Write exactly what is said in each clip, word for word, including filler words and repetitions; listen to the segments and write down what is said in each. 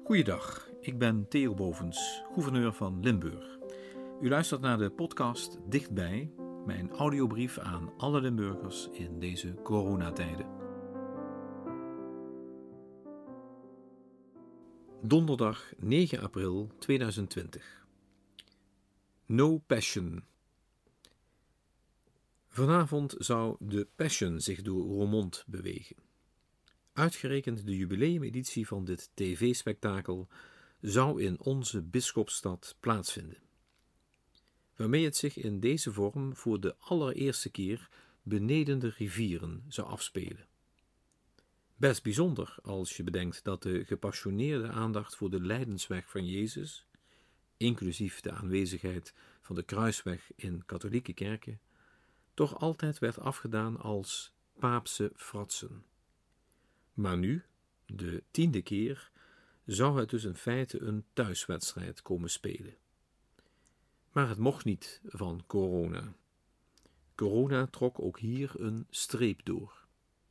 Goeiedag, ik ben Theo Bovens, gouverneur van Limburg. U luistert naar de podcast Dichtbij, mijn audiobrief aan alle Limburgers in deze coronatijden. Donderdag negen april tweeduizend twintig. No Passion. Vanavond zou de Passion zich door Roermond bewegen. Uitgerekend de jubileumeditie van dit tv-spektakel zou in onze bisschopsstad plaatsvinden, waarmee het zich in deze vorm voor de allereerste keer beneden de rivieren zou afspelen. Best bijzonder als je bedenkt dat de gepassioneerde aandacht voor de lijdensweg van Jezus, inclusief de aanwezigheid van de kruisweg in katholieke kerken, toch altijd werd afgedaan als paapse fratsen. Maar nu, de tiende keer, zou het dus in feite een thuiswedstrijd komen spelen. Maar het mocht niet van corona. Corona trok ook hier een streep door.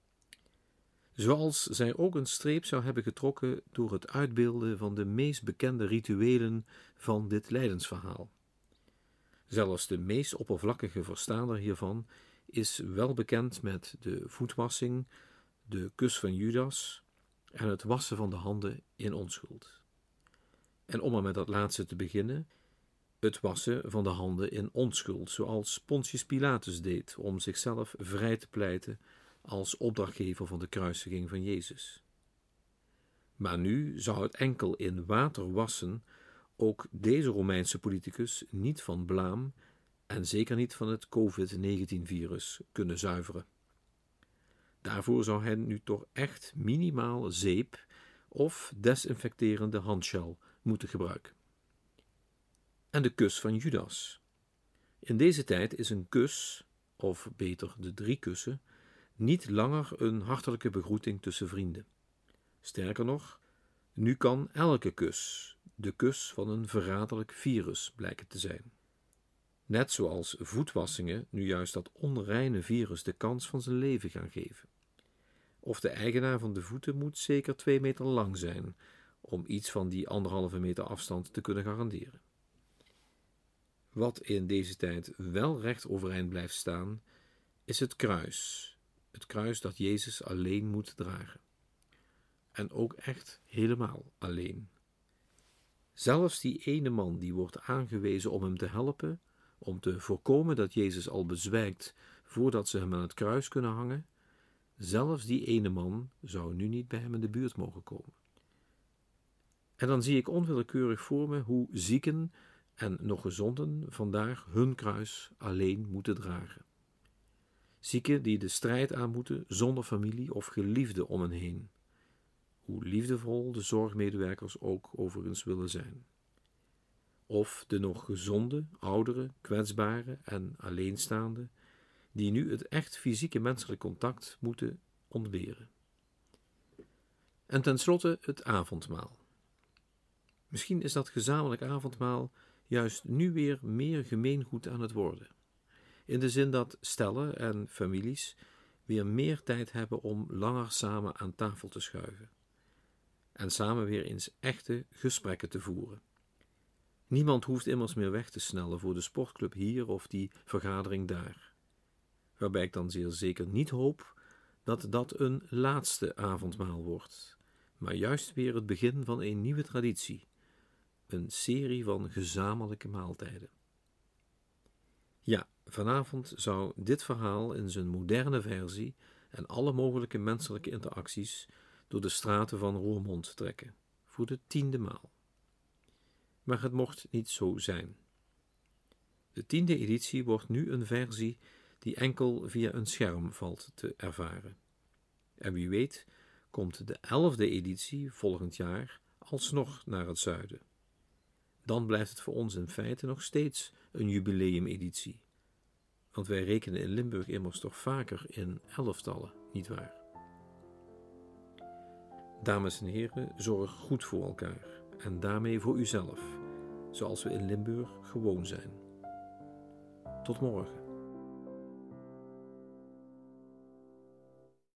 Zoals zij ook een streep zou hebben getrokken door het uitbeelden van de meest bekende rituelen van dit lijdensverhaal. Zelfs de meest oppervlakkige verstaander hiervan is wel bekend met de voetwassing, de kus van Judas en het wassen van de handen in onschuld. En om maar met dat laatste te beginnen, het wassen van de handen in onschuld, zoals Pontius Pilatus deed om zichzelf vrij te pleiten als opdrachtgever van de kruisiging van Jezus. Maar nu zou het enkel in water wassen ook deze Romeinse politicus niet van blaam en zeker niet van het covid negentien virus kunnen zuiveren. Daarvoor zou hij nu toch echt minimaal zeep of desinfecterende handgel moeten gebruiken. En de kus van Judas. In deze tijd is een kus, of beter de drie kussen, niet langer een hartelijke begroeting tussen vrienden. Sterker nog, nu kan elke kus de kus van een verraderlijk virus blijken te zijn. Net zoals voetwassingen nu juist dat onreine virus de kans van zijn leven gaan geven. Of de eigenaar van de voeten moet zeker twee meter lang zijn, om iets van die anderhalve meter afstand te kunnen garanderen. Wat in deze tijd wel recht overeind blijft staan, is het kruis. Het kruis dat Jezus alleen moet dragen. En ook echt helemaal alleen. Zelfs die ene man die wordt aangewezen om hem te helpen, om te voorkomen dat Jezus al bezwijkt voordat ze hem aan het kruis kunnen hangen, zelfs die ene man zou nu niet bij hem in de buurt mogen komen. En dan zie ik onwillekeurig voor me hoe zieken en nog gezonden vandaag hun kruis alleen moeten dragen. Zieken die de strijd aan moeten zonder familie of geliefde om hen heen. Hoe liefdevol de zorgmedewerkers ook overigens willen zijn. Of de nog gezonde, oudere, kwetsbare en alleenstaande, die nu het echt fysieke menselijk contact moeten ontberen. En tenslotte het avondmaal. Misschien is dat gezamenlijk avondmaal juist nu weer meer gemeengoed aan het worden. In de zin dat stellen en families weer meer tijd hebben om langer samen aan tafel te schuiven. En samen weer eens echte gesprekken te voeren. Niemand hoeft immers meer weg te snellen voor de sportclub hier of die vergadering daar. Waarbij ik dan zeer zeker niet hoop dat dat een laatste avondmaal wordt, maar juist weer het begin van een nieuwe traditie, een serie van gezamenlijke maaltijden. Ja, vanavond zou dit verhaal in zijn moderne versie en alle mogelijke menselijke interacties door de straten van Roermond trekken, voor de tiende maal. Maar het mocht niet zo zijn. De tiende editie wordt nu een versie die enkel via een scherm valt te ervaren. En wie weet komt de elfde editie volgend jaar alsnog naar het zuiden. Dan blijft het voor ons in feite nog steeds een jubileumeditie. Want wij rekenen in Limburg immers toch vaker in elftallen, nietwaar? Dames en heren, zorg goed voor elkaar en daarmee voor uzelf, zoals we in Limburg gewoon zijn. Tot morgen.